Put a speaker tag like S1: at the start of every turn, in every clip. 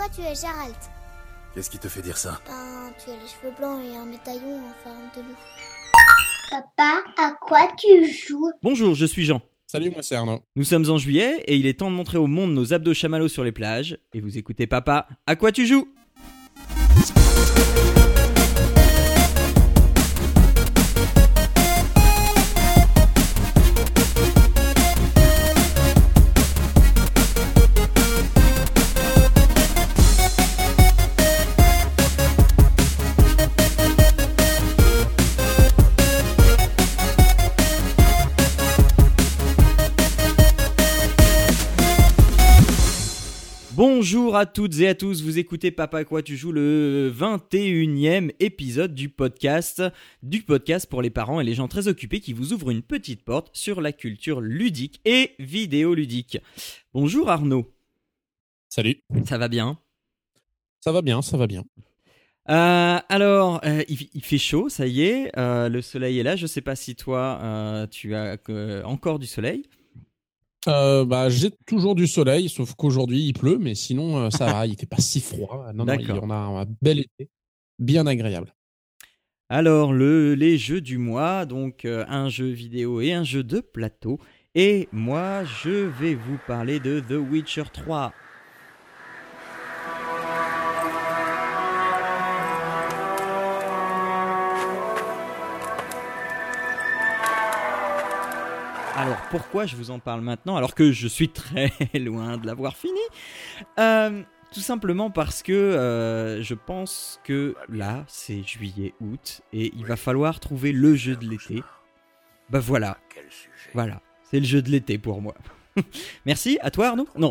S1: tu es Gérald.
S2: Qu'est-ce qui te fait dire ça?
S1: Ben, tu as les cheveux blancs et un médaillon en forme de loup.
S3: Papa, à quoi tu joues?
S4: Bonjour, je suis Jean.
S5: Salut, moi c'est Arnaud.
S4: Nous sommes en juillet et il est temps de montrer au monde nos abdos chamallows sur les plages. Et vous écoutez Papa, à quoi tu joues? Bonjour à toutes et à tous, vous écoutez Papa à quoi tu joues, le 21e épisode du podcast pour les parents et les gens très occupés qui vous ouvre une petite porte sur la culture ludique et vidéoludique. Bonjour Arnaud.
S5: Salut.
S4: Ça va bien?
S5: Ça va bien, ça va bien.
S4: Il fait chaud, ça y est, le soleil est là, je sais pas si toi tu as encore du soleil.
S5: J'ai toujours du soleil, sauf qu'aujourd'hui il pleut, mais sinon ça va, il fait pas si froid. Non, on a un bel été, bien agréable.
S4: Alors, les jeux du mois, donc un jeu vidéo et un jeu de plateau. Et moi, je vais vous parler de The Witcher 3. Alors, pourquoi je vous en parle maintenant alors que je suis très loin de l'avoir fini? Tout simplement parce que je pense que là, c'est juillet-août et il va falloir trouver le jeu de l'été. Bah voilà, c'est le jeu de l'été pour moi. Merci, à toi Arnaud? Non.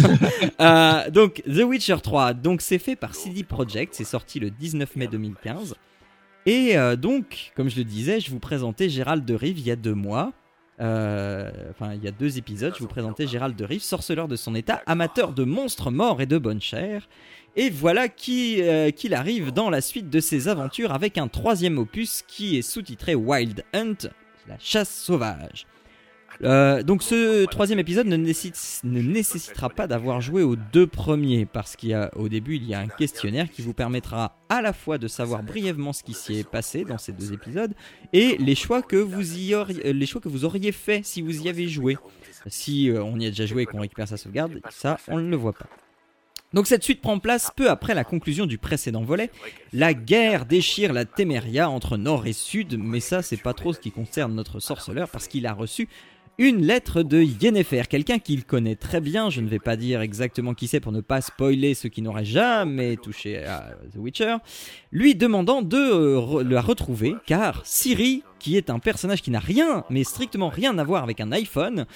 S4: Donc, The Witcher 3, donc c'est fait par CD Projekt, c'est sorti le 19 mai 2015. Et donc, comme je le disais, je vous présentais Gérald de Rive il y a 2 mois. Il y a 2 épisodes, je vous présentais Gérald de Rive, sorceleur de son état, amateur de monstres morts et de bonne chair. Et voilà qu'il arrive dans la suite de ses aventures avec un 3e opus qui est sous-titré Wild Hunt, la chasse sauvage. Donc ce 3e épisode ne nécessitera pas d'avoir joué aux 2 premiers parce qu'au début il y a un questionnaire qui vous permettra à la fois de savoir brièvement ce qui s'y est passé dans ces 2 épisodes et les choix que vous auriez fait si vous y avez joué. Si on y a déjà joué et qu'on récupère sa sauvegarde, ça on ne le voit pas. Donc cette suite prend place peu après la conclusion du précédent volet. La guerre déchire la Téméria entre nord et sud, mais ça c'est pas trop ce qui concerne notre sorceleur parce qu'il a reçu une lettre de Yennefer, quelqu'un qu'il connaît très bien, je ne vais pas dire exactement qui c'est pour ne pas spoiler ceux qui n'auraient jamais touché à The Witcher, lui demandant de la retrouver, car Ciri, qui est un personnage qui n'a rien, mais strictement rien à voir avec un iPhone,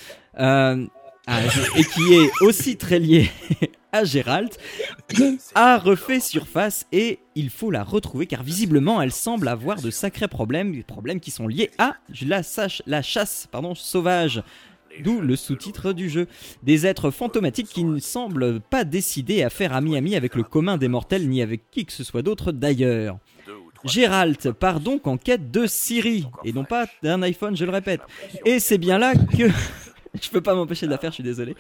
S4: et qui est aussi très lié à Gérald, a refait surface et il faut la retrouver car visiblement elle semble avoir de sacrés problèmes, des problèmes qui sont liés à la chasse sauvage, d'où le sous-titre du jeu. Des êtres fantomatiques qui ne semblent pas décidés à faire ami-ami avec le commun des mortels ni avec qui que ce soit d'autre d'ailleurs. Gérald part donc en quête de Ciri et non pas d'un iPhone, je le répète. Et c'est bien là que... Je peux pas m'empêcher de la faire, je suis désolé.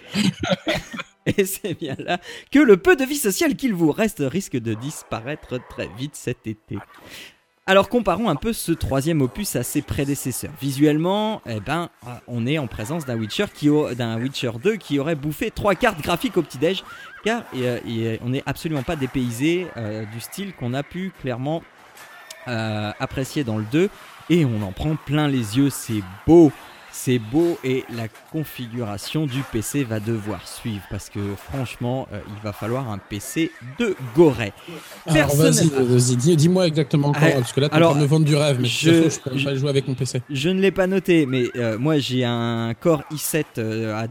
S4: Et c'est bien là que le peu de vie sociale qu'il vous reste risque de disparaître très vite cet été. Alors comparons un peu ce 3e opus à ses prédécesseurs. Visuellement, on est en présence d'un Witcher 2 qui aurait bouffé 3 cartes graphiques au petit-déj, car on n'est absolument pas dépaysé du style qu'on a pu clairement apprécier dans le 2, et on en prend plein les yeux, c'est beau. C'est beau et la configuration du PC va devoir suivre parce que franchement, il va falloir un PC de Gorée.
S5: Alors vas-y, dis-moi exactement quand, parce que là tu es en train de me vendre du rêve, mais je peux pas jouer avec mon PC.
S4: Je ne l'ai pas noté, mais moi j'ai un Core i7 à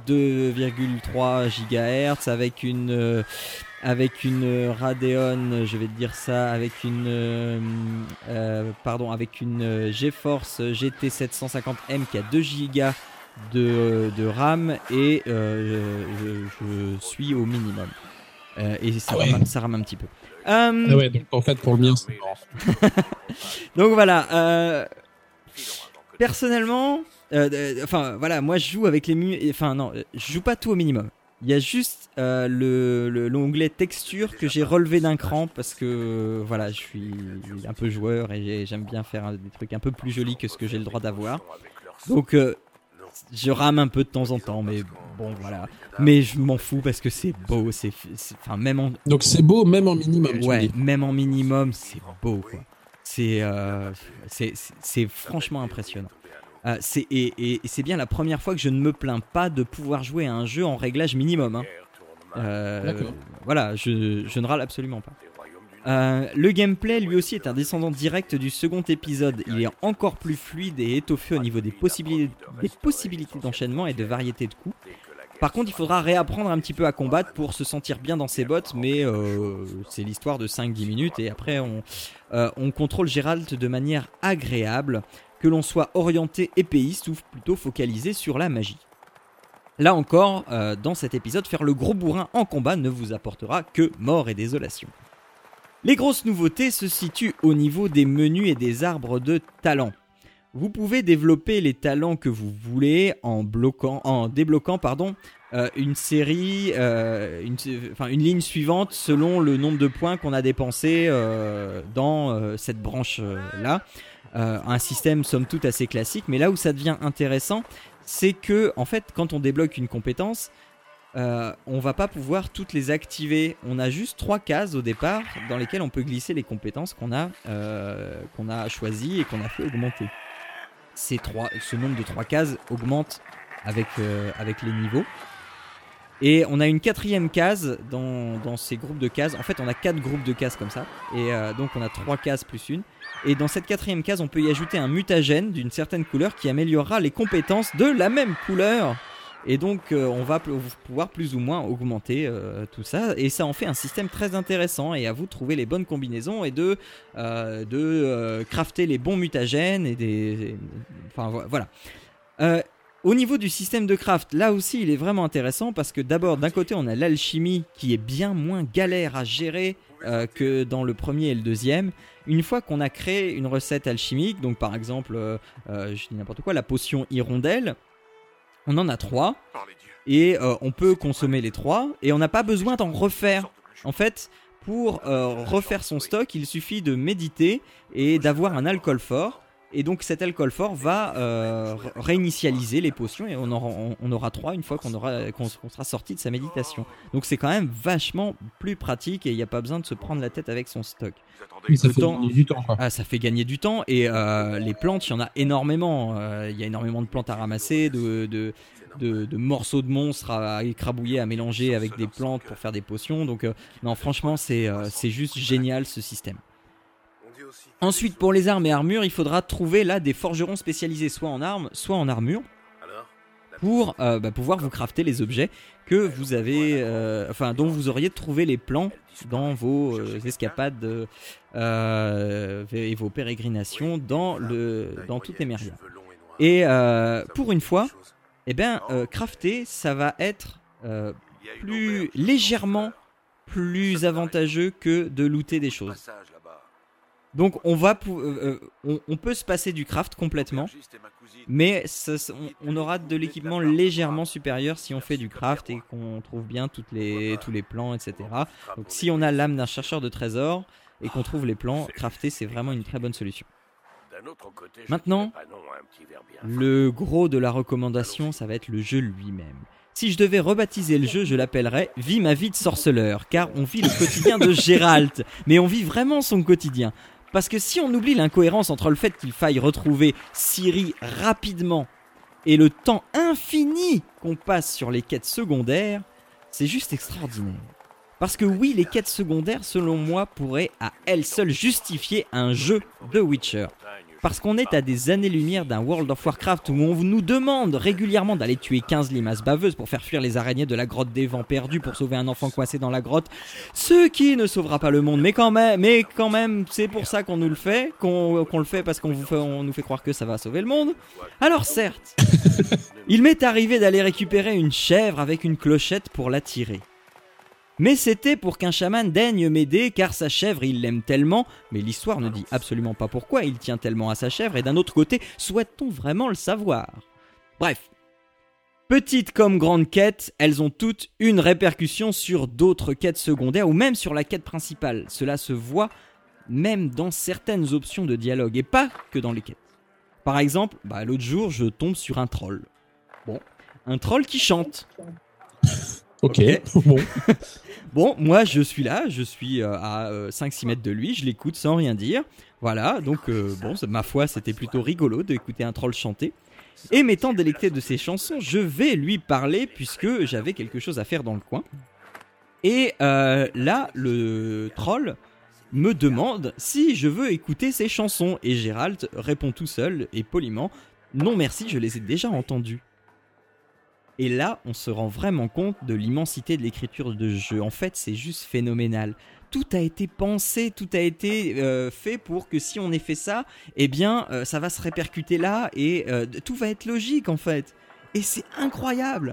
S4: 2,3 GHz avec une Radeon, je vais te dire ça, avec une GeForce GT 750M qui a 2 Go de RAM et je suis au minimum. Et ça rame un petit peu.
S5: Donc en fait pour le mien c'est mort.
S4: Donc voilà. Personnellement, moi je joue avec je joue pas tout au minimum. Il y a juste l'onglet texture que j'ai relevé d'un cran parce que voilà, je suis un peu joueur et j'aime bien faire des trucs un peu plus jolis que ce que j'ai le droit d'avoir. Donc je rame un peu de temps en temps, mais bon voilà. Mais je m'en fous parce que c'est beau, enfin même en.
S5: Donc c'est beau même en minimum.
S4: Ouais, même en minimum, c'est beau quoi. C'est franchement impressionnant. Et c'est bien la première fois que je ne me plains pas de pouvoir jouer à un jeu en réglage minimum. Hein. Voilà, je ne râle absolument pas. Le gameplay lui aussi est un descendant direct du second épisode. Il est encore plus fluide et étoffé au niveau des possibilités d'enchaînement et de variété de coups. Par contre, il faudra réapprendre un petit peu à combattre pour se sentir bien dans ses bottes, mais c'est l'histoire de 5-10 minutes et après on contrôle Geralt de manière agréable, que l'on soit orienté épéiste ou plutôt focalisé sur la magie. Là encore, dans cet épisode, faire le gros bourrin en combat ne vous apportera que mort et désolation. Les grosses nouveautés se situent au niveau des menus et des arbres de talents. Vous pouvez développer les talents que vous voulez en débloquant une série, une ligne suivante selon le nombre de points qu'on a dépensé dans cette branche-là. Un système somme toute assez classique, mais là où ça devient intéressant, c'est que en fait, quand on débloque une compétence, on va pas pouvoir toutes les activer. On a juste 3 cases au départ dans lesquelles on peut glisser les compétences qu'on a choisies et qu'on a fait augmenter. Ce nombre de 3 cases augmente avec les niveaux. Et on a une 4e case dans ces groupes de cases. En fait, on a 4 groupes de cases comme ça. Et donc, on a 3 cases plus une. Et dans cette 4e case, on peut y ajouter un mutagène d'une certaine couleur qui améliorera les compétences de la même couleur. Et donc, on va pouvoir plus ou moins augmenter tout ça. Et ça en fait un système très intéressant. Et à vous de trouver les bonnes combinaisons et de crafter les bons mutagènes. Enfin, voilà. Au niveau du système de craft, là aussi il est vraiment intéressant parce que d'abord d'un côté on a l'alchimie qui est bien moins galère à gérer que dans le premier et le deuxième. Une fois qu'on a créé une recette alchimique, donc par exemple, je dis n'importe quoi, la potion hirondelle, on en a 3 et on peut consommer les 3 et on n'a pas besoin d'en refaire. En fait, pour refaire son stock, il suffit de méditer et d'avoir un alcool fort. Et donc cet alcool fort va réinitialiser les potions et on aura 3 une fois qu'on sera sorti de sa méditation. Donc c'est quand même vachement plus pratique et il n'y a pas besoin de se prendre la tête avec son stock.
S5: Oui, ça fait gagner du temps. Quoi.
S4: Ah, ça fait gagner du temps et les plantes, il y en a énormément. Il y a énormément de plantes à ramasser, de morceaux de monstres à écrabouiller, à mélanger avec des plantes pour faire des potions. Donc non, franchement, c'est juste génial ce système. Ensuite, pour les armes et armures, il faudra trouver là des forgerons spécialisés soit en armes, soit en armure pour pouvoir vous crafter les objets que vous avez, dont vous auriez trouvé les plans dans vos escapades et vos pérégrinations dans toute Emeria. Et pour une fois, crafter, ça va être légèrement plus avantageux que de looter des choses. Donc on peut se passer du craft complètement, mais on aura de l'équipement légèrement supérieur si on fait du craft et qu'on trouve bien tous les plans, etc. Donc si on a l'âme d'un chercheur de trésors et qu'on trouve les plans, crafter c'est vraiment une très bonne solution. Maintenant, le gros de la recommandation, ça va être le jeu lui-même. Si je devais rebaptiser le jeu, je l'appellerais « Vis ma vie de sorceleur », car on vit le quotidien de Geralt, mais on vit vraiment son quotidien. Parce que si on oublie l'incohérence entre le fait qu'il faille retrouver Ciri rapidement et le temps infini qu'on passe sur les quêtes secondaires, c'est juste extraordinaire. Parce que oui, les quêtes secondaires, selon moi, pourraient à elles seules justifier un jeu de Witcher. Parce qu'on est à des années-lumière d'un World of Warcraft où on nous demande régulièrement d'aller tuer 15 limaces baveuses pour faire fuir les araignées de la grotte des vents perdus pour sauver un enfant coincé dans la grotte. Ce qui ne sauvera pas le monde, mais quand même, c'est pour ça qu'on nous le fait, qu'on le fait parce qu'on nous fait croire que ça va sauver le monde. Alors certes, il m'est arrivé d'aller récupérer une chèvre avec une clochette pour la tirer. Mais c'était pour qu'un chaman daigne m'aider car sa chèvre il l'aime tellement, mais l'histoire ne dit absolument pas pourquoi il tient tellement à sa chèvre et d'un autre côté, souhaite-t-on vraiment le savoir ? Bref, Petites comme grandes quêtes, elles ont toutes une répercussion sur d'autres quêtes secondaires ou même sur la quête principale. Cela se voit même dans certaines options de dialogue et pas que dans les quêtes. Par exemple, l'autre jour, je tombe sur un troll. Bon, un troll qui chante.
S5: Ok. Bon.
S4: Bon, moi je suis là, je suis à 5-6 mètres de lui, je l'écoute sans rien dire. Voilà, donc ma foi, c'était plutôt rigolo d'écouter un troll chanter. Et m'étant délecté de ses chansons, je vais lui parler puisque j'avais quelque chose à faire dans le coin. Et là, le troll me demande si je veux écouter ses chansons. Et Gérald répond tout seul et poliment « Non merci, je les ai déjà entendues ». Et là, on se rend vraiment compte de l'immensité de l'écriture de jeu. En fait, c'est juste phénoménal. Tout a été pensé, tout a été fait pour que si on ait fait ça, eh bien, ça va se répercuter là et tout va être logique en fait. Et c'est incroyable.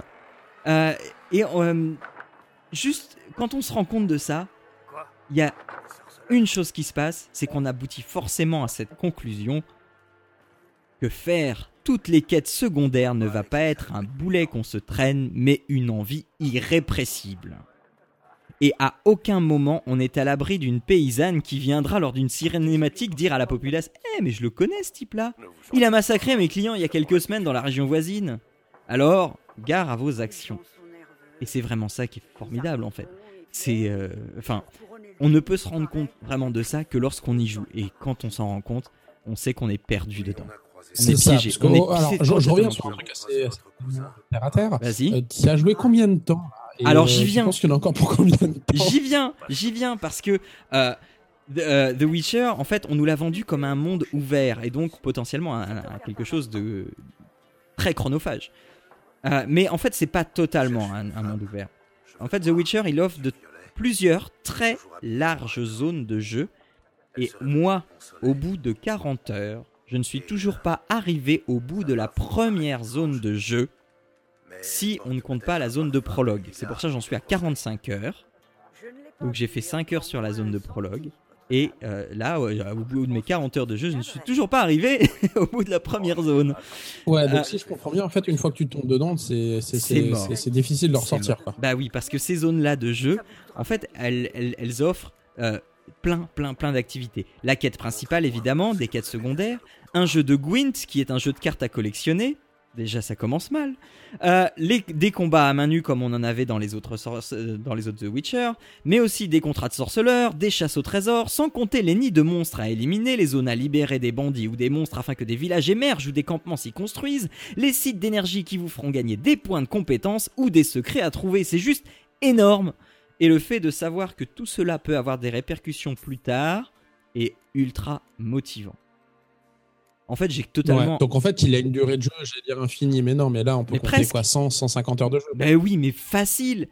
S4: Juste quand on se rend compte de ça, il y a une chose qui se passe, c'est qu'on aboutit forcément à cette conclusion que faire toutes les quêtes secondaires ne va pas être un boulet qu'on se traîne, mais une envie irrépressible. Et à aucun moment on est à l'abri d'une paysanne qui viendra lors d'une cinématique dire à la populace « Eh mais je le connais ce type-là, il a massacré mes clients il y a quelques semaines dans la région voisine. » Alors, gare à vos actions. Et c'est vraiment ça qui est formidable en fait. On ne peut se rendre compte vraiment de ça que lorsqu'on y joue. Et quand on s'en rend compte, on sait qu'on est perdu dedans. On est piégé.
S5: Je reviens sur un truc assez terre à terre.
S4: Vas-y.
S5: Tu as joué combien de temps ?
S4: Alors j'y viens.
S5: Je pense qu'il y en a encore pour combien de temps ?
S4: J'y viens parce que The Witcher, en fait, on nous l'a vendu comme un monde ouvert et donc potentiellement quelque chose de très chronophage. Mais en fait, c'est pas totalement un monde ouvert. En fait, The Witcher, il offre plusieurs très larges zones de jeu. Et moi, au bout de 40 heures, je ne suis toujours pas arrivé au bout de la première zone de jeu, si on ne compte pas la zone de prologue. C'est pour ça que j'en suis à 45 heures. Donc j'ai fait 5 heures sur la zone de prologue. Et là, au bout de mes 40 heures de jeu, je ne suis toujours pas arrivé au bout de la première zone.
S5: Ouais, donc si je comprends bien, en fait, une fois que tu tombes dedans, c'est difficile de ressortir. Quoi.
S4: Bah oui, parce que ces zones-là de jeu, en fait, elles offrent plein d'activités. La quête principale, évidemment, des quêtes secondaires, un jeu de Gwent, qui est un jeu de cartes à collectionner. Déjà, ça commence mal. Des combats à main nue comme on en avait dans les autres The Witcher, mais aussi des contrats de sorceleurs, des chasses au trésor, sans compter les nids de monstres à éliminer, les zones à libérer des bandits ou des monstres afin que des villages émergent ou des campements s'y construisent, les sites d'énergie qui vous feront gagner des points de compétences ou des secrets à trouver. C'est juste énorme. Et le fait de savoir que tout cela peut avoir des répercussions plus tard est ultra motivant. En fait, j'ai totalement...
S5: Ouais, donc en fait, il a une durée de jeu, j'allais dire infinie, mais non, mais là, on peut compter presque. 150 heures de jeu.
S4: Ben oui, mais facile.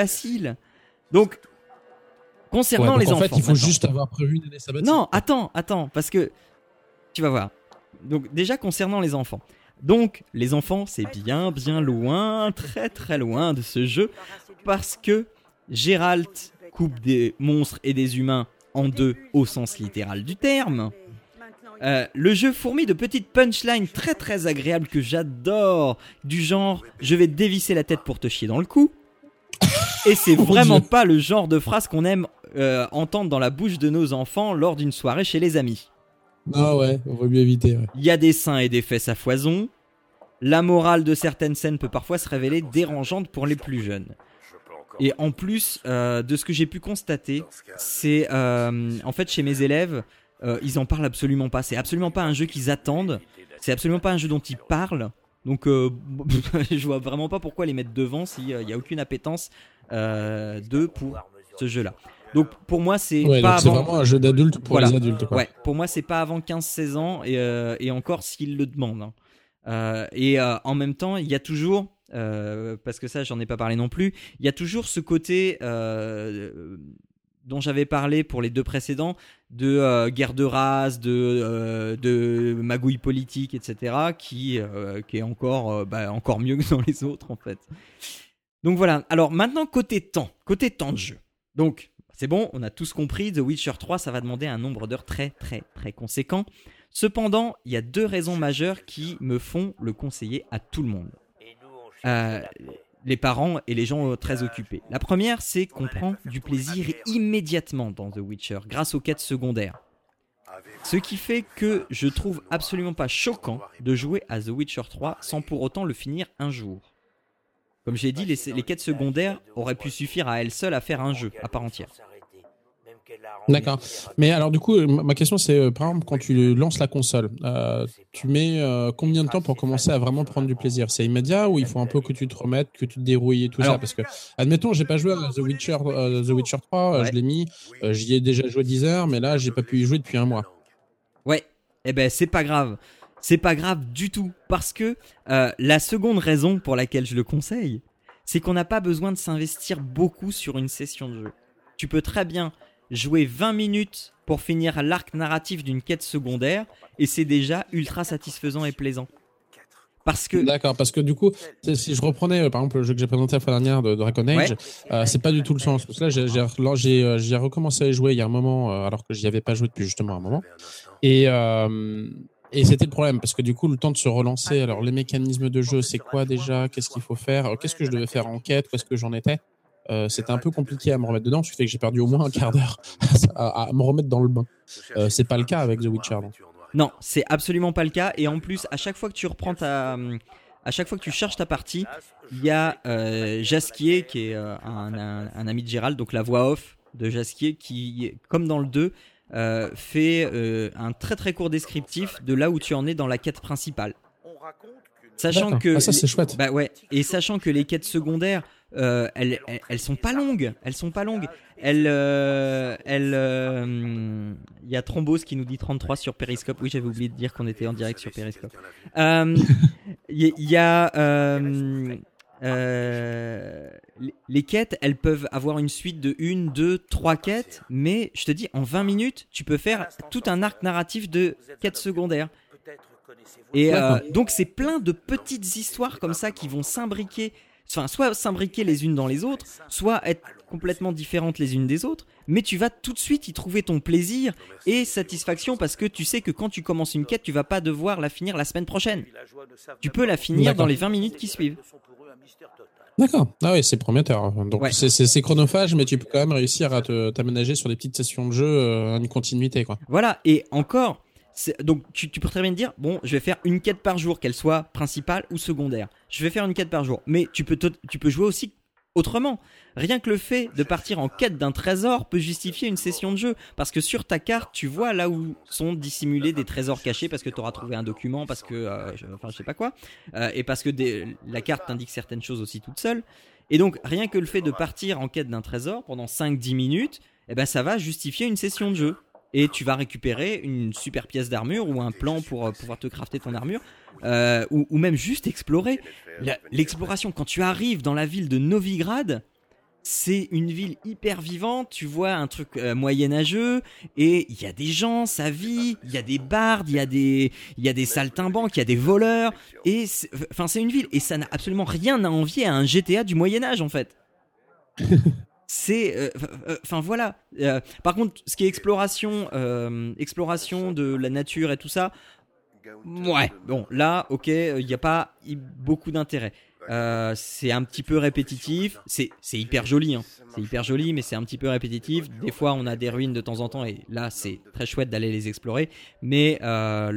S4: Donc, concernant les enfants...
S5: En fait, il faut juste avoir prévu une année sabbatique.
S4: Non, attends, parce que... Tu vas voir. Donc, déjà, concernant les enfants. Donc, les enfants, c'est bien loin, très loin de ce jeu, parce que Gérald coupe des monstres et des humains en deux au sens littéral du terme. Le jeu fourmille de petites punchlines très agréables que j'adore, du genre je vais te dévisser la tête pour te chier dans le cou. Et c'est vraiment pas le genre de phrase qu'on aime entendre dans la bouche de nos enfants lors d'une soirée chez les amis.
S5: Ah ouais, on va mieux éviter.
S4: Il y a des seins et des fesses à foison. La morale de certaines scènes peut parfois se révéler dérangeante pour les plus jeunes. Et en plus de ce que j'ai pu constater, c'est en fait chez mes élèves, ils en parlent absolument pas. C'est absolument pas un jeu qu'ils attendent. C'est absolument pas un jeu dont ils parlent. Donc je vois vraiment pas pourquoi les mettre devant s'il y a aucune appétence pour ce jeu-là. Donc pour moi c'est pas
S5: c'est
S4: avant...
S5: vraiment un jeu d'adulte pour les adultes. Quoi.
S4: Ouais, pour moi c'est pas avant 15-16 ans et encore s'ils le demandent. En même temps il y a toujours parce que ça j'en ai pas parlé non plus. Il y a toujours ce côté dont j'avais parlé pour les deux précédents, de guerre de race, de magouille politique, etc., qui est encore mieux que dans les autres, en fait. Donc voilà, alors maintenant, côté temps de jeu. Donc, c'est bon, on a tous compris, The Witcher 3, ça va demander un nombre d'heures très conséquent. Cependant, il y a deux raisons majeures qui me font le conseiller à tout le monde. les parents et les gens très occupés. La première, c'est qu'on prend du plaisir immédiatement dans The Witcher grâce aux quêtes secondaires. Ce qui fait que je trouve absolument pas choquant de jouer à The Witcher 3 sans pour autant le finir un jour. Comme j'ai dit, les quêtes secondaires auraient pu suffire à elles seules à faire un jeu à part entière.
S5: D'accord. Mais alors du coup, ma question c'est, par exemple, quand tu lances la console, tu mets combien de temps pour commencer à vraiment prendre du plaisir? C'est immédiat ou il faut un peu que tu te remettes, que tu te débrouilles et tout ça? Parce que, admettons, j'ai pas joué à The Witcher 3, je l'ai mis, j'y ai déjà joué 10 heures, mais là, j'ai pas pu y jouer depuis un mois.
S4: Ouais, eh ben c'est pas grave. C'est pas grave du tout, parce que la seconde raison pour laquelle je le conseille, c'est qu'on n'a pas besoin de s'investir beaucoup sur une session de jeu. Tu peux très bien jouer 20 minutes pour finir l'arc narratif d'une quête secondaire, et c'est déjà ultra satisfaisant et plaisant.
S5: D'accord, parce que du coup, si je reprenais par exemple le jeu que j'ai présenté la fois dernière de Dragon Age, c'est pas du tout le sens. Parce que là, j'ai recommencé à y jouer il y a un moment, alors que j'y avais pas joué depuis justement un moment. Et c'était le problème, parce que du coup, le temps de se relancer, alors les mécanismes de jeu, c'est quoi déjà? Qu'est-ce qu'il faut faire? Qu'est-ce que je devais faire en quête? Où est-ce que j'en étais? C'était un peu compliqué à me remettre dedans, ce qui fait que j'ai perdu au moins un quart d'heure à me remettre dans le bain. C'est pas le cas avec The Witcher, non?
S4: Non, c'est absolument pas le cas. Et en plus, à chaque fois que tu reprends à chaque fois que tu charges ta partie, il y a Jaskier, qui est un ami de Gérald, donc la voix off de Jaskier, qui, comme dans le 2, fait un très très court descriptif de là où tu en es dans la quête principale. Sachant que
S5: ça c'est chouette.
S4: Bah ouais, et sachant que les quêtes secondaires, elles sont pas longues. Il y a Thrombos qui nous dit 33 sur Periscope. Oui, j'avais oublié de dire qu'on était en direct sur Periscope. Il y a les quêtes, elles peuvent avoir une suite de 1, 2, 3 quêtes, mais je te dis, en 20 minutes, tu peux faire tout un arc narratif de quêtes secondaires. Et donc c'est plein de petites histoires comme ça qui vont s'imbriquer, enfin soit s'imbriquer les unes dans les autres, soit être complètement différentes les unes des autres, mais tu vas tout de suite y trouver ton plaisir et satisfaction, parce que tu sais que quand tu commences une quête, tu vas pas devoir la finir la semaine prochaine. Tu peux la finir dans les 20 minutes qui suivent.
S5: D'accord. Ah oui, c'est prometteur. Donc c'est chronophage, mais tu peux quand même réussir à t'aménager sur des petites sessions de jeu, une continuité, quoi.
S4: Voilà, et encore... Donc tu peux très bien te dire, bon, je vais faire une quête par jour, qu'elle soit principale ou secondaire. Je vais faire une quête par jour, mais tu peux jouer aussi autrement. Rien que le fait de partir en quête d'un trésor peut justifier une session de jeu, parce que sur ta carte, tu vois là où sont dissimulés des trésors cachés, parce que tu auras trouvé un document, parce que, je sais pas quoi, et parce que la carte t'indique certaines choses aussi toute seule. Et donc rien que le fait de partir en quête d'un trésor pendant 5-10 minutes, eh ben, ça va justifier une session de jeu. Et tu vas récupérer une super pièce d'armure ou un plan pour pouvoir te crafter ton armure, ou même juste explorer. L'exploration, quand tu arrives dans la ville de Novigrad, c'est une ville hyper vivante, tu vois un truc moyenâgeux, et il y a des gens, ça vit, il y a des bardes, il y a des saltimbanques, il y a des voleurs, et c'est une ville, et ça n'a absolument rien à envier à un GTA du Moyen-Âge en fait. C'est voilà. Par contre, ce qui est exploration de la nature et tout ça, ouais, bon, là, ok, il n'y a pas beaucoup d'intérêt. C'est un petit peu répétitif. C'est hyper joli, hein. C'est hyper joli, mais c'est un petit peu répétitif. Des fois, on a des ruines de temps en temps, et là, c'est très chouette d'aller les explorer. Mais la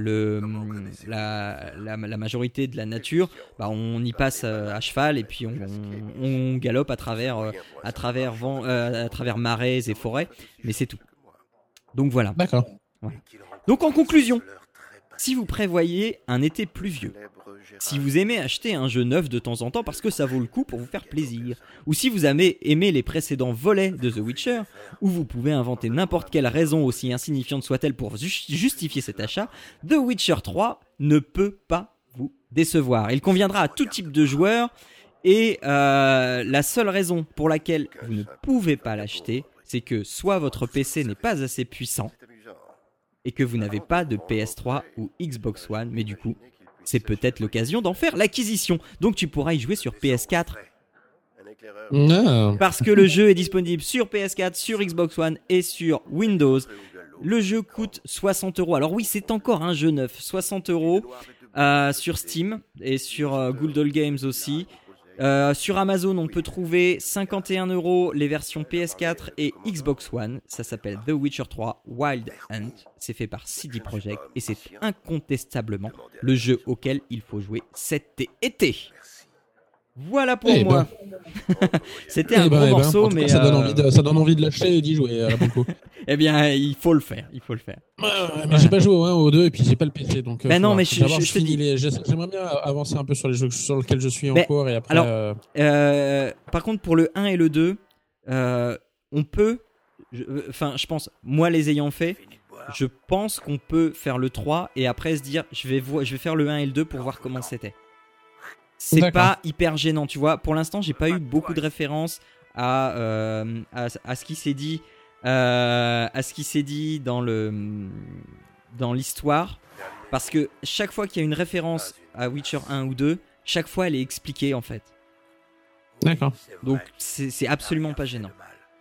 S4: majorité de la nature, bah, on y passe à cheval, et puis on galope à travers marais et forêts. Mais c'est tout. Donc voilà.
S5: D'accord.
S4: Ouais. Donc en conclusion, si vous prévoyez un été pluvieux, si vous aimez acheter un jeu neuf de temps en temps parce que ça vaut le coup pour vous faire plaisir, ou si vous avez aimé les précédents volets de The Witcher, où vous pouvez inventer n'importe quelle raison aussi insignifiante soit-elle pour justifier cet achat, The Witcher 3 ne peut pas vous décevoir. Il conviendra à tout type de joueurs, et la seule raison pour laquelle vous ne pouvez pas l'acheter, c'est que soit votre PC n'est pas assez puissant, et que vous n'avez pas de PS3 ou Xbox One, mais du coup, c'est peut-être l'occasion d'en faire l'acquisition. Donc tu pourras y jouer sur PS4.
S5: Non.
S4: Parce que le jeu est disponible sur PS4, sur Xbox One et sur Windows. Le jeu coûte 60€. Alors oui, c'est encore un jeu neuf. 60€ sur Steam et sur Good Old Games aussi. Sur Amazon, on peut trouver 51€ les versions PS4 et Xbox One. Ça s'appelle The Witcher 3 Wild Hunt. C'est fait par CD Projekt et c'est incontestablement le jeu auquel il faut jouer cet été. Voilà pour moi. C'était un gros morceau,
S5: en tout
S4: mais
S5: cas, ça donne envie de l'acheter et d'y jouer à beaucoup.
S4: Eh bien, il faut le faire.
S5: Mais j'ai pas joué au 1 ou au 2 et puis j'ai pas le PC, donc.
S4: Ben non, mais je te dis.
S5: J'aimerais bien avancer un peu sur les jeux sur lesquels je suis en cours et après.
S4: Alors, par contre, pour le 1 et le 2, on peut. Je pense, moi les ayant fait, je pense qu'on peut faire le 3 et après se dire, je vais faire le 1 et le 2 pour voir comment c'était. C'est pas hyper gênant, tu vois. Pour l'instant, j'ai pas eu beaucoup de références à ce qui s'est dit, dans l'histoire, parce que chaque fois qu'il y a une référence à Witcher 1 ou 2, chaque fois elle est expliquée en fait.
S5: D'accord.
S4: Donc c'est absolument pas gênant.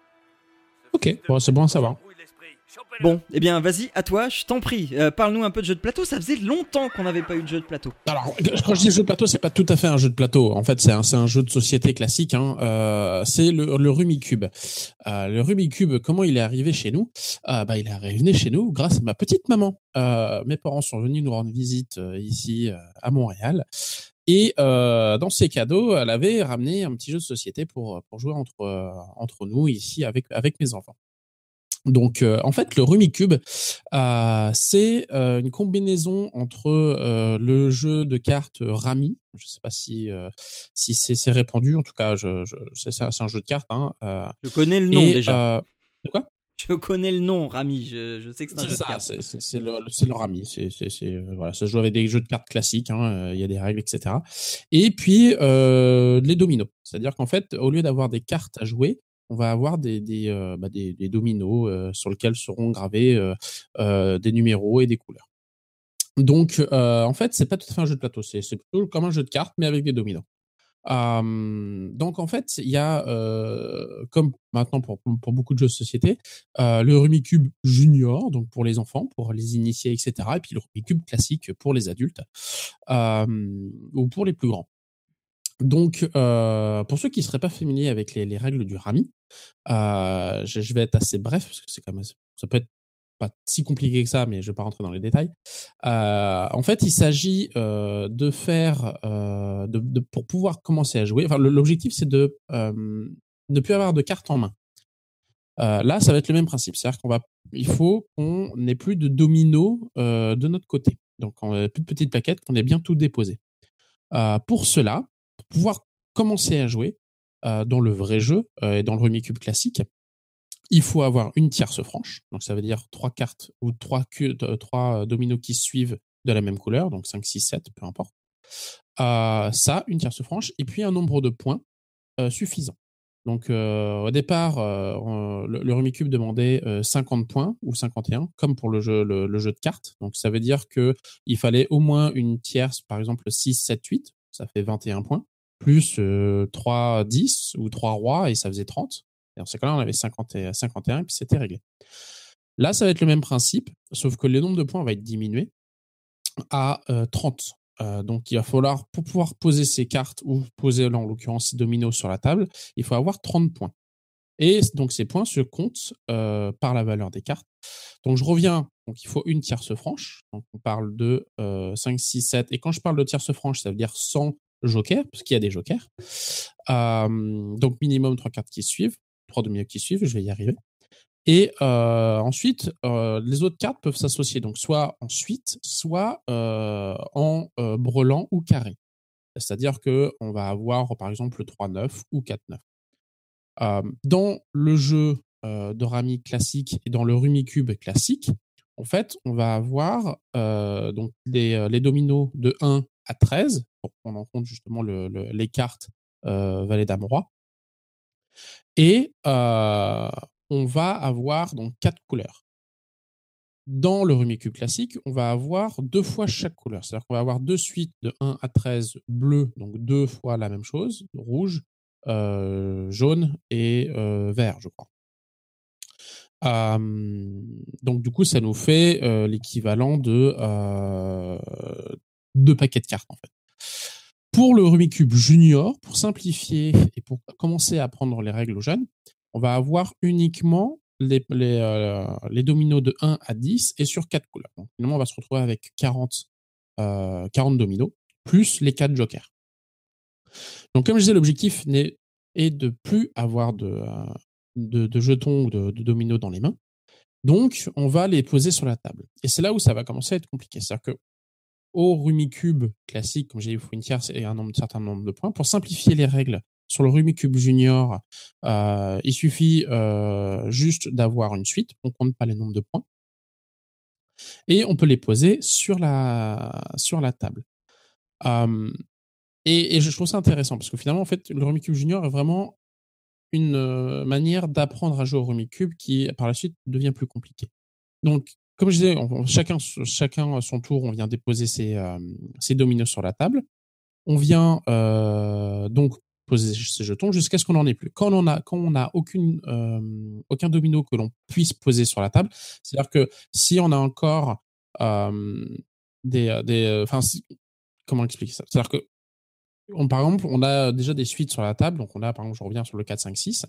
S5: Ok, bon, c'est bon à savoir.
S4: Bon, eh bien, vas-y, à toi, je t'en prie. Parle-nous un peu de jeu de plateau. Ça faisait longtemps qu'on n'avait pas eu de jeu de plateau.
S5: Alors, quand je dis jeu de plateau, c'est pas tout à fait un jeu de plateau. En fait, c'est un jeu de société classique. C'est le Rummikub. Le Rummikub, comment il est arrivé chez nous ? Il est arrivé chez nous grâce à ma petite maman. Mes parents sont venus nous rendre visite ici à Montréal. Et dans ses cadeaux, elle avait ramené un petit jeu de société pour jouer entre nous ici avec mes enfants. Donc, en fait, le Rummikub, c'est une combinaison entre le jeu de cartes Rami. Je ne sais pas si c'est répandu. En tout cas, c'est un jeu de cartes.
S4: Je connais le nom déjà.
S5: De quoi ?
S4: Je connais le nom, Rami. Je sais que c'est un jeu de cartes.
S5: C'est le Rami. Voilà, ça se joue avec des jeux de cartes classiques. Il y a des règles, etc. Et puis les dominos. C'est-à-dire qu'en fait, au lieu d'avoir des cartes à jouer, on va avoir des dominos sur lesquels seront gravés des numéros et des couleurs. Donc, en fait, c'est pas tout à fait un jeu de plateau. C'est plutôt comme un jeu de cartes, mais avec des dominos. Donc, en fait, il y a, comme maintenant pour beaucoup de jeux de société, le Rummikub Junior, donc pour les enfants, pour les initiés, etc. Et puis le Rummikub classique pour les adultes ou pour les plus grands. Donc, pour ceux qui ne seraient pas familiers avec les règles du Rami, je vais être assez bref parce que c'est quand même, ça peut être pas si compliqué que ça, mais je ne vais pas rentrer dans les détails. En fait, il s'agit de faire, pour pouvoir commencer à jouer. Enfin, l'objectif, c'est de ne plus avoir de cartes en main. Là, ça va être le même principe, c'est-à-dire il faut qu'on n'ait plus de dominos de notre côté. Donc, on a plus de petites plaquettes, qu'on ait bien tout déposé. Pour cela, pour pouvoir commencer à jouer dans le vrai jeu et dans le Rummikub classique, il faut avoir une tierce franche. Donc, ça veut dire 3 cartes ou 3 dominos qui suivent de la même couleur, donc 5, 6, 7, peu importe. Ça, une tierce franche, et puis un nombre de points suffisant. Donc, au départ, le Rummikub demandait 50 points ou 51, comme pour le jeu de cartes. Donc, ça veut dire qu'il fallait au moins une tierce, par exemple 6, 7, 8, ça fait 21 points, plus 3, 10 ou 3 rois, et ça faisait 30. Et dans ces cas-là, on avait 50 et 51, et puis c'était réglé. Là, ça va être le même principe, sauf que le nombre de points va être diminué à 30. Donc, il va falloir, pour pouvoir poser ces cartes, ou poser, là, en l'occurrence, ces dominos sur la table, il faut avoir 30 points. Et donc, ces points se comptent par la valeur des cartes. Donc, je reviens. Donc, il faut une tierce franche. Donc, on parle de 5, 6, 7. Et quand je parle de tierce franche, ça veut dire 100 jokers, parce qu'il y a des jokers. Donc, minimum 3 cartes qui suivent, 3 dominos qui suivent, je vais y arriver. Et ensuite, les autres cartes peuvent s'associer, donc soit en suite, soit en brelan ou carré. C'est-à-dire qu'on va avoir, par exemple, le 3-9 ou 4-9. Dans le jeu de Rami classique et dans le Rummikub classique, en fait, on va avoir donc les dominos de 1 à 13, pour prendre en compte justement les cartes Valet Dame Roi. Et on va avoir donc 4 couleurs. Dans le Rummikub classique, on va avoir 2 fois chaque couleur. C'est-à-dire qu'on va avoir 2 suites de 1 à 13 bleu, donc 2 fois la même chose, rouge, jaune et vert, je crois. Donc du coup, ça nous fait l'équivalent de 2 paquets de cartes, en fait. Pour le Rubik's Cube Junior, pour simplifier et pour commencer à apprendre les règles aux jeunes, on va avoir uniquement les dominos de 1 à 10 et sur 4 couleurs. Donc, finalement, on va se retrouver avec 40 dominos, plus les 4 jokers. Donc, comme je disais, l'objectif est de plus avoir de jetons ou de dominos dans les mains. Donc, on va les poser sur la table. Et c'est là où ça va commencer à être compliqué. C'est-à-dire que au Rubik's Cube classique, comme j'ai dit, il faut une tierce et un certain nombre de points. Pour simplifier les règles, sur le Rubik's Cube Junior, il suffit juste d'avoir une suite. On compte pas les nombres de points. Et on peut les poser sur la table. Et je trouve ça intéressant parce que finalement, en fait, le Rubik's Cube Junior est vraiment une manière d'apprendre à jouer au Rubik's Cube qui, par la suite, devient plus compliqué. Donc, comme je disais, chacun à son tour, on vient déposer ses dominos sur la table. On vient donc poser ses jetons jusqu'à ce qu'on n'en ait plus. Quand on a aucun domino que l'on puisse poser sur la table, c'est-à-dire que si on a encore comment expliquer ça? C'est-à-dire que par exemple, on a déjà des suites sur la table. Donc, on a, par exemple, je reviens sur le 4, 5, 6.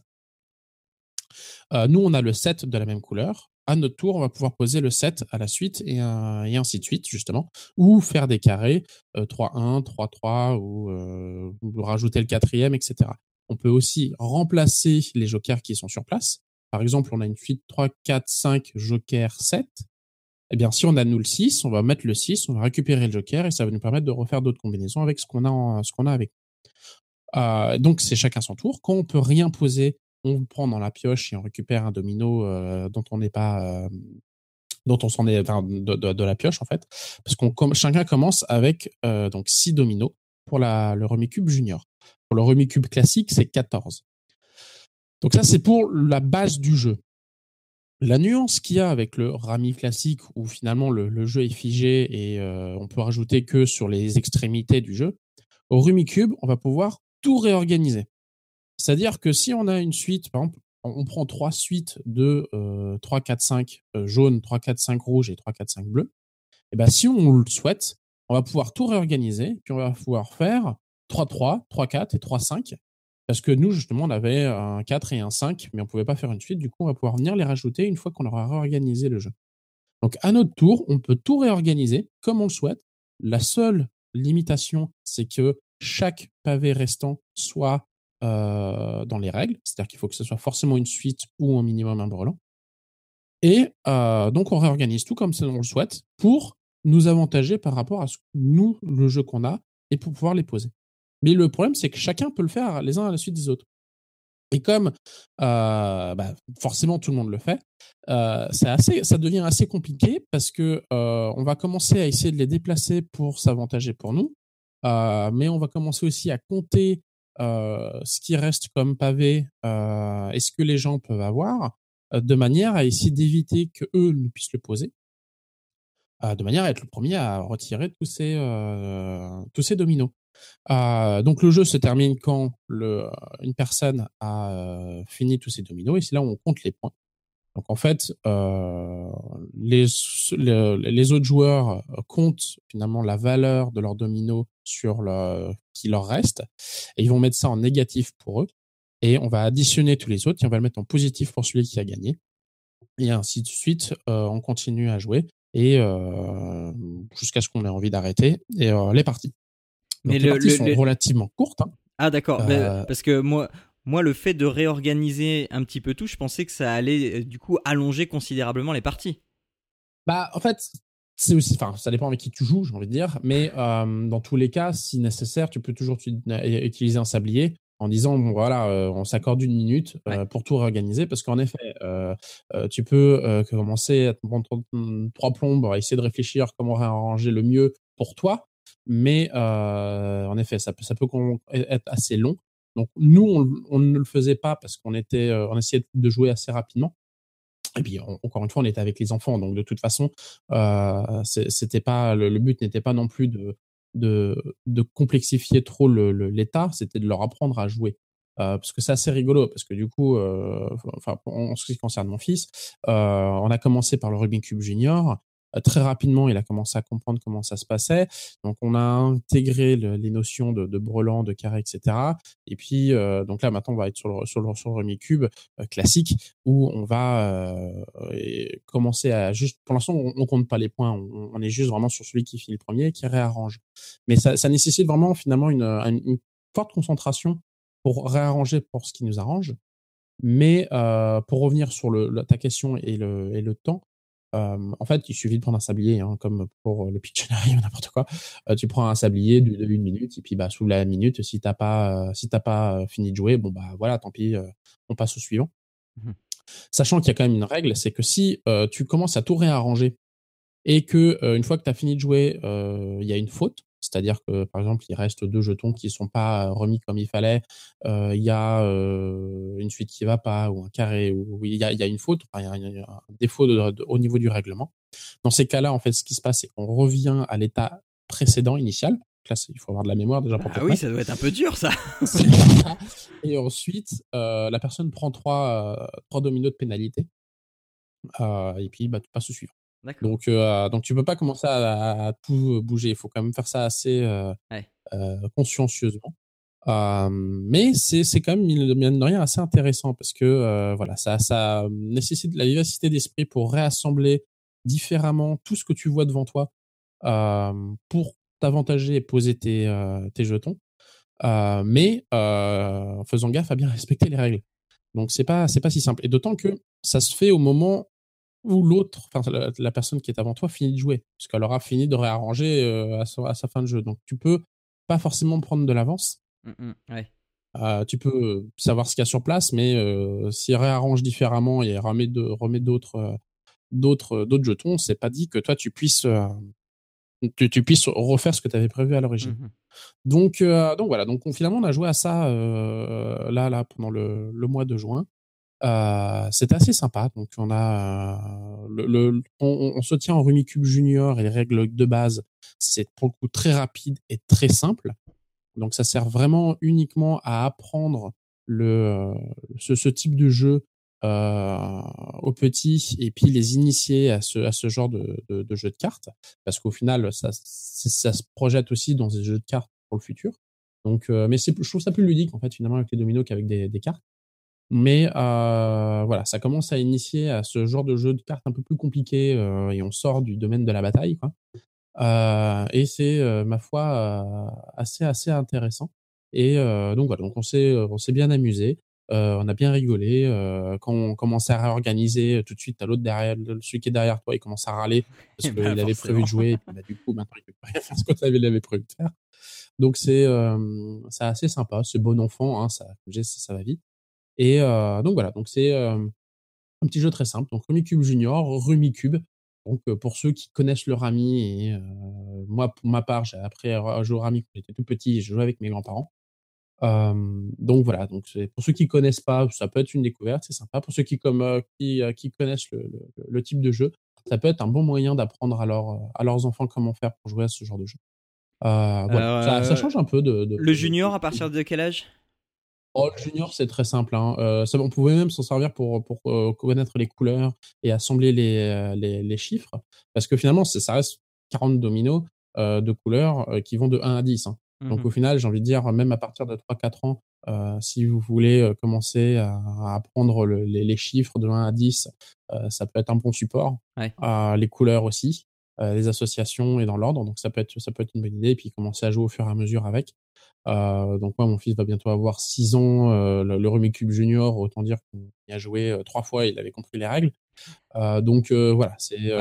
S5: Nous, on a le 7 de la même couleur. À notre tour, on va pouvoir poser le 7 à la suite et ainsi de suite, justement. Ou faire des carrés 3-1, 3-3 ou rajouter le 4e, etc. On peut aussi remplacer les jokers qui sont sur place. Par exemple, on a une suite 3, 4, 5, joker 7. Eh bien, si on a nous le 6, on va mettre le 6, on va récupérer le joker et ça va nous permettre de refaire d'autres combinaisons avec ce qu'on a avec. Donc, c'est chacun son tour. Quand on peut rien poser, on prend dans la pioche et on récupère un domino dont on n'est pas, dont on s'en est, enfin, de la pioche en fait, parce chacun commence avec donc 6 dominos pour le Rubik's Cube Junior. Pour le Rubik's Cube classique, c'est 14. Donc ça, c'est pour la base du jeu. La nuance qu'il y a avec le Rami classique où finalement le jeu est figé et on peut rajouter que sur les extrémités du jeu, au Rubik's Cube, on va pouvoir tout réorganiser. C'est-à-dire que si on a une suite, par exemple, on prend 3 suites de 3, 4, 5 jaune, 3, 4, 5 rouge et 3, 4, 5 bleu, et ben si on le souhaite, on va pouvoir tout réorganiser, puis on va pouvoir faire 3, 3, 3, 4 et 3, 5. Parce que nous, justement, on avait un 4 et un 5, mais on ne pouvait pas faire une suite. Du coup, on va pouvoir venir les rajouter une fois qu'on aura réorganisé le jeu. Donc, à notre tour, on peut tout réorganiser comme on le souhaite. La seule limitation, c'est que chaque pavé restant soit dans les règles. C'est-à-dire qu'il faut que ce soit forcément une suite ou un minimum un brelan. Et donc, on réorganise tout comme on le souhaite pour nous avantager par rapport à le jeu qu'on a et pour pouvoir les poser. Mais le problème, c'est que chacun peut le faire les uns à la suite des autres. Et comme forcément tout le monde le fait, ça devient assez compliqué parce que on va commencer à essayer de les déplacer pour s'avantager pour nous, mais on va commencer aussi à compter ce qui reste comme pavé et ce que les gens peuvent avoir, de manière à essayer d'éviter que eux ne puissent le poser, de manière à être le premier à retirer tous ces dominos. Donc le jeu se termine quand une personne a fini tous ses dominos et c'est là où on compte les points. Donc en fait, les autres joueurs comptent finalement la valeur de leurs dominos sur qui leur reste et ils vont mettre ça en négatif pour eux et on va additionner tous les autres et on va le mettre en positif pour celui qui a gagné et ainsi de suite. On continue à jouer et jusqu'à ce qu'on ait envie d'arrêter et les parties. Donc mais les parties sont relativement courtes. Hein.
S4: Ah d'accord, parce que moi, le fait de réorganiser un petit peu tout, je pensais que ça allait du coup allonger considérablement les parties.
S5: Bah en fait, c'est aussi, enfin ça dépend avec qui tu joues, j'ai envie de dire, mais dans tous les cas, si nécessaire, tu peux toujours utiliser un sablier en disant bon voilà, on s'accorde 1 minute pour tout réorganiser, parce qu'en effet, tu peux commencer à te prendre 3 plombes, à essayer de réfléchir comment réarranger le mieux pour toi. Mais en effet, ça peut être assez long. Donc nous, on ne le faisait pas parce qu'on essayait de jouer assez rapidement. Et puis encore une fois, on était avec les enfants, donc de toute façon, c'était pas le but n'était pas non plus de complexifier trop l'état, c'était de leur apprendre à jouer. Parce que c'est assez rigolo, parce que du coup, en ce qui concerne mon fils, on a commencé par le Rubik's Cube Junior. très rapidement, il a commencé à comprendre comment ça se passait. Donc, on a intégré les notions de brelan, de carré, etc. Et puis, donc là, maintenant, on va être sur le Rumicube classique où on va commencer à juste... Pour l'instant, on compte pas les points. On est juste vraiment sur celui qui finit le premier, qui réarrange. Mais ça nécessite vraiment, finalement, une forte concentration pour réarranger pour ce qui nous arrange. Mais pour revenir sur ta question et le temps, en fait, il suffit de prendre un sablier, hein, comme pour le Pictionary ou n'importe quoi. Tu prends un sablier de 1 minute et puis sous la minute, si t'as pas fini de jouer, bon bah voilà, tant pis, on passe au suivant. Mmh. Sachant qu'il y a quand même une règle, c'est que si tu commences à tout réarranger et que une fois que tu as fini de jouer, il y a une faute, c'est-à-dire que par exemple il reste 2 jetons qui sont pas remis comme il fallait, il y a une suite qui va pas ou un carré ou il y a une faute, il y a un défaut au niveau du règlement. Dans ces cas-là, en fait, ce qui se passe, c'est qu'on revient à l'état précédent initial. Là, il faut avoir de la mémoire déjà pour.
S4: Ah oui, ça doit être un peu dur ça.
S5: Et ensuite, la personne prend 3 dominos de pénalité. Et puis tu passes au suivant. D'accord. Donc tu peux pas commencer à tout bouger. Il faut quand même faire ça assez consciencieusement. Mais c'est quand même mine de rien assez intéressant parce que voilà, ça nécessite de la vivacité d'esprit pour réassembler différemment tout ce que tu vois devant toi pour t'avantager et poser tes jetons. Mais en faisant gaffe à bien respecter les règles. Donc c'est pas si simple. Et d'autant que ça se fait au moment où l'autre, enfin la personne qui est avant toi, finit de jouer, parce qu'elle aura fini de réarranger à sa fin de jeu. Donc tu peux pas forcément prendre de l'avance.
S4: Ouais.
S5: Tu peux savoir ce qu'il y a sur place, mais s'il réarrange différemment et remet d'autres jetons, c'est pas dit que toi tu puisses refaire ce que tu avais prévu à l'origine. Donc voilà. Donc finalement on a joué à ça là pendant le mois de juin. C'était assez sympa. Donc on a on se tient en Rumicube Junior et les règles de base, c'est pour le coup très rapide et très simple. Donc ça sert vraiment uniquement à apprendre ce type de jeu aux petits et puis les initier à ce genre de jeu de cartes, parce qu'au final ça se projette aussi dans des jeux de cartes pour le futur. Donc mais je trouve ça plus ludique en fait finalement avec les dominos qu'avec des cartes. Mais voilà, ça commence à initier à ce genre de jeu de cartes un peu plus compliqué et on sort du domaine de la bataille, quoi. Et c'est ma foi assez intéressant. Et donc voilà, donc on s'est bien amusé, on a bien rigolé. Quand on commençait à réorganiser, tout de suite, t'as l'autre derrière, celui qui est derrière toi, il commence à râler parce qu'il avait prévu de jouer et puis du coup maintenant il peut pas faire ce que il avait prévu de faire. Donc c'est assez sympa, c'est bon enfant, hein, ça va vite. Et donc voilà, donc c'est un petit jeu très simple. Donc Rumicube Junior, Rumicube. Donc pour ceux qui connaissent le Rami, et moi pour ma part, j'ai appris à jouer au Rami quand j'étais tout petit et je jouais avec mes grands-parents. Donc voilà, donc pour ceux qui connaissent pas, ça peut être une découverte, c'est sympa. Pour ceux qui connaissent le type de jeu, ça peut être un bon moyen d'apprendre à leurs enfants comment faire pour jouer à ce genre de jeu. Voilà, ça change un peu
S4: le junior, à partir de quel âge?
S5: Oh, le junior, c'est très simple, hein. On pouvait même s'en servir pour connaître les couleurs et assembler les chiffres, parce que finalement, ça reste 40 dominos de couleurs qui vont de 1 à 10. Hein. Donc au final, j'ai envie de dire, même à partir de 3-4 ans, si vous voulez commencer à apprendre les chiffres de 1 à 10, ça peut être un bon support.
S4: Ouais.
S5: Les couleurs aussi, les associations et dans l'ordre, donc ça peut être une bonne idée, et puis commencer à jouer au fur et à mesure avec. Donc moi, mon fils va bientôt avoir 6 ans, le Rumicube Junior, autant dire qu'on y a joué 3 fois et il avait compris les règles. Donc voilà,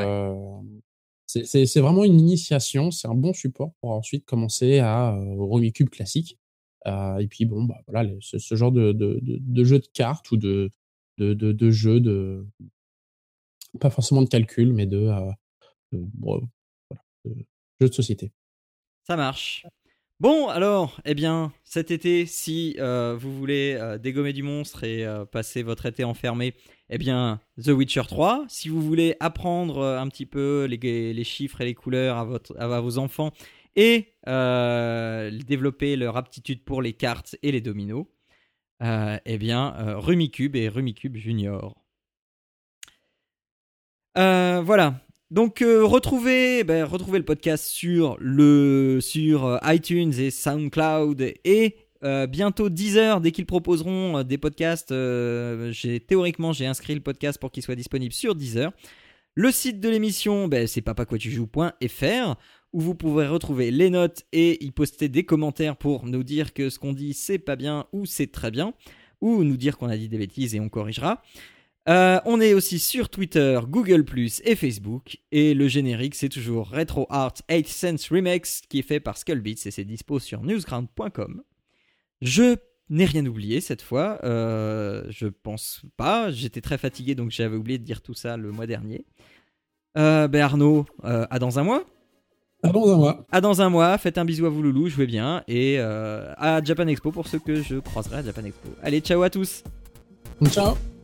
S5: c'est vraiment une initiation, c'est un bon support pour ensuite commencer au Rumicube classique. Et puis bon, bah voilà, ce genre de jeu de cartes ou de jeu pas forcément de calcul, mais voilà, de jeu de société.
S4: Ça marche. Bon, alors, eh bien, cet été, si vous voulez dégommer du monstre et passer votre été enfermé, eh bien, The Witcher 3. Si vous voulez apprendre un petit peu les chiffres et les couleurs à vos enfants et développer leur aptitude pour les cartes et les dominos, eh bien, Rumicube et Rumicube Junior. Voilà. Donc retrouvez le podcast sur iTunes et SoundCloud et bientôt Deezer. Dès qu'ils proposeront des podcasts, j'ai inscrit le podcast pour qu'il soit disponible sur Deezer. Le site de l'émission, c'est papaquatujoues.fr, où vous pourrez retrouver les notes et y poster des commentaires pour nous dire que ce qu'on dit c'est pas bien ou c'est très bien, ou nous dire qu'on a dit des bêtises et on corrigera. On est aussi sur Twitter, Google+, et Facebook. Et le générique, c'est toujours Retro Art 8 Cents Remix, qui est fait par Skullbeats et c'est dispo sur newsground.com. Je n'ai rien oublié cette fois. Je pense pas. J'étais très fatigué, donc j'avais oublié de dire tout ça le mois dernier. Arnaud, à dans un mois. À dans un mois. Faites un bisou à vous, loulou. Jouez bien. Et à Japan Expo pour ceux que je croiserai à Japan Expo. Allez, ciao à tous.
S5: Ciao.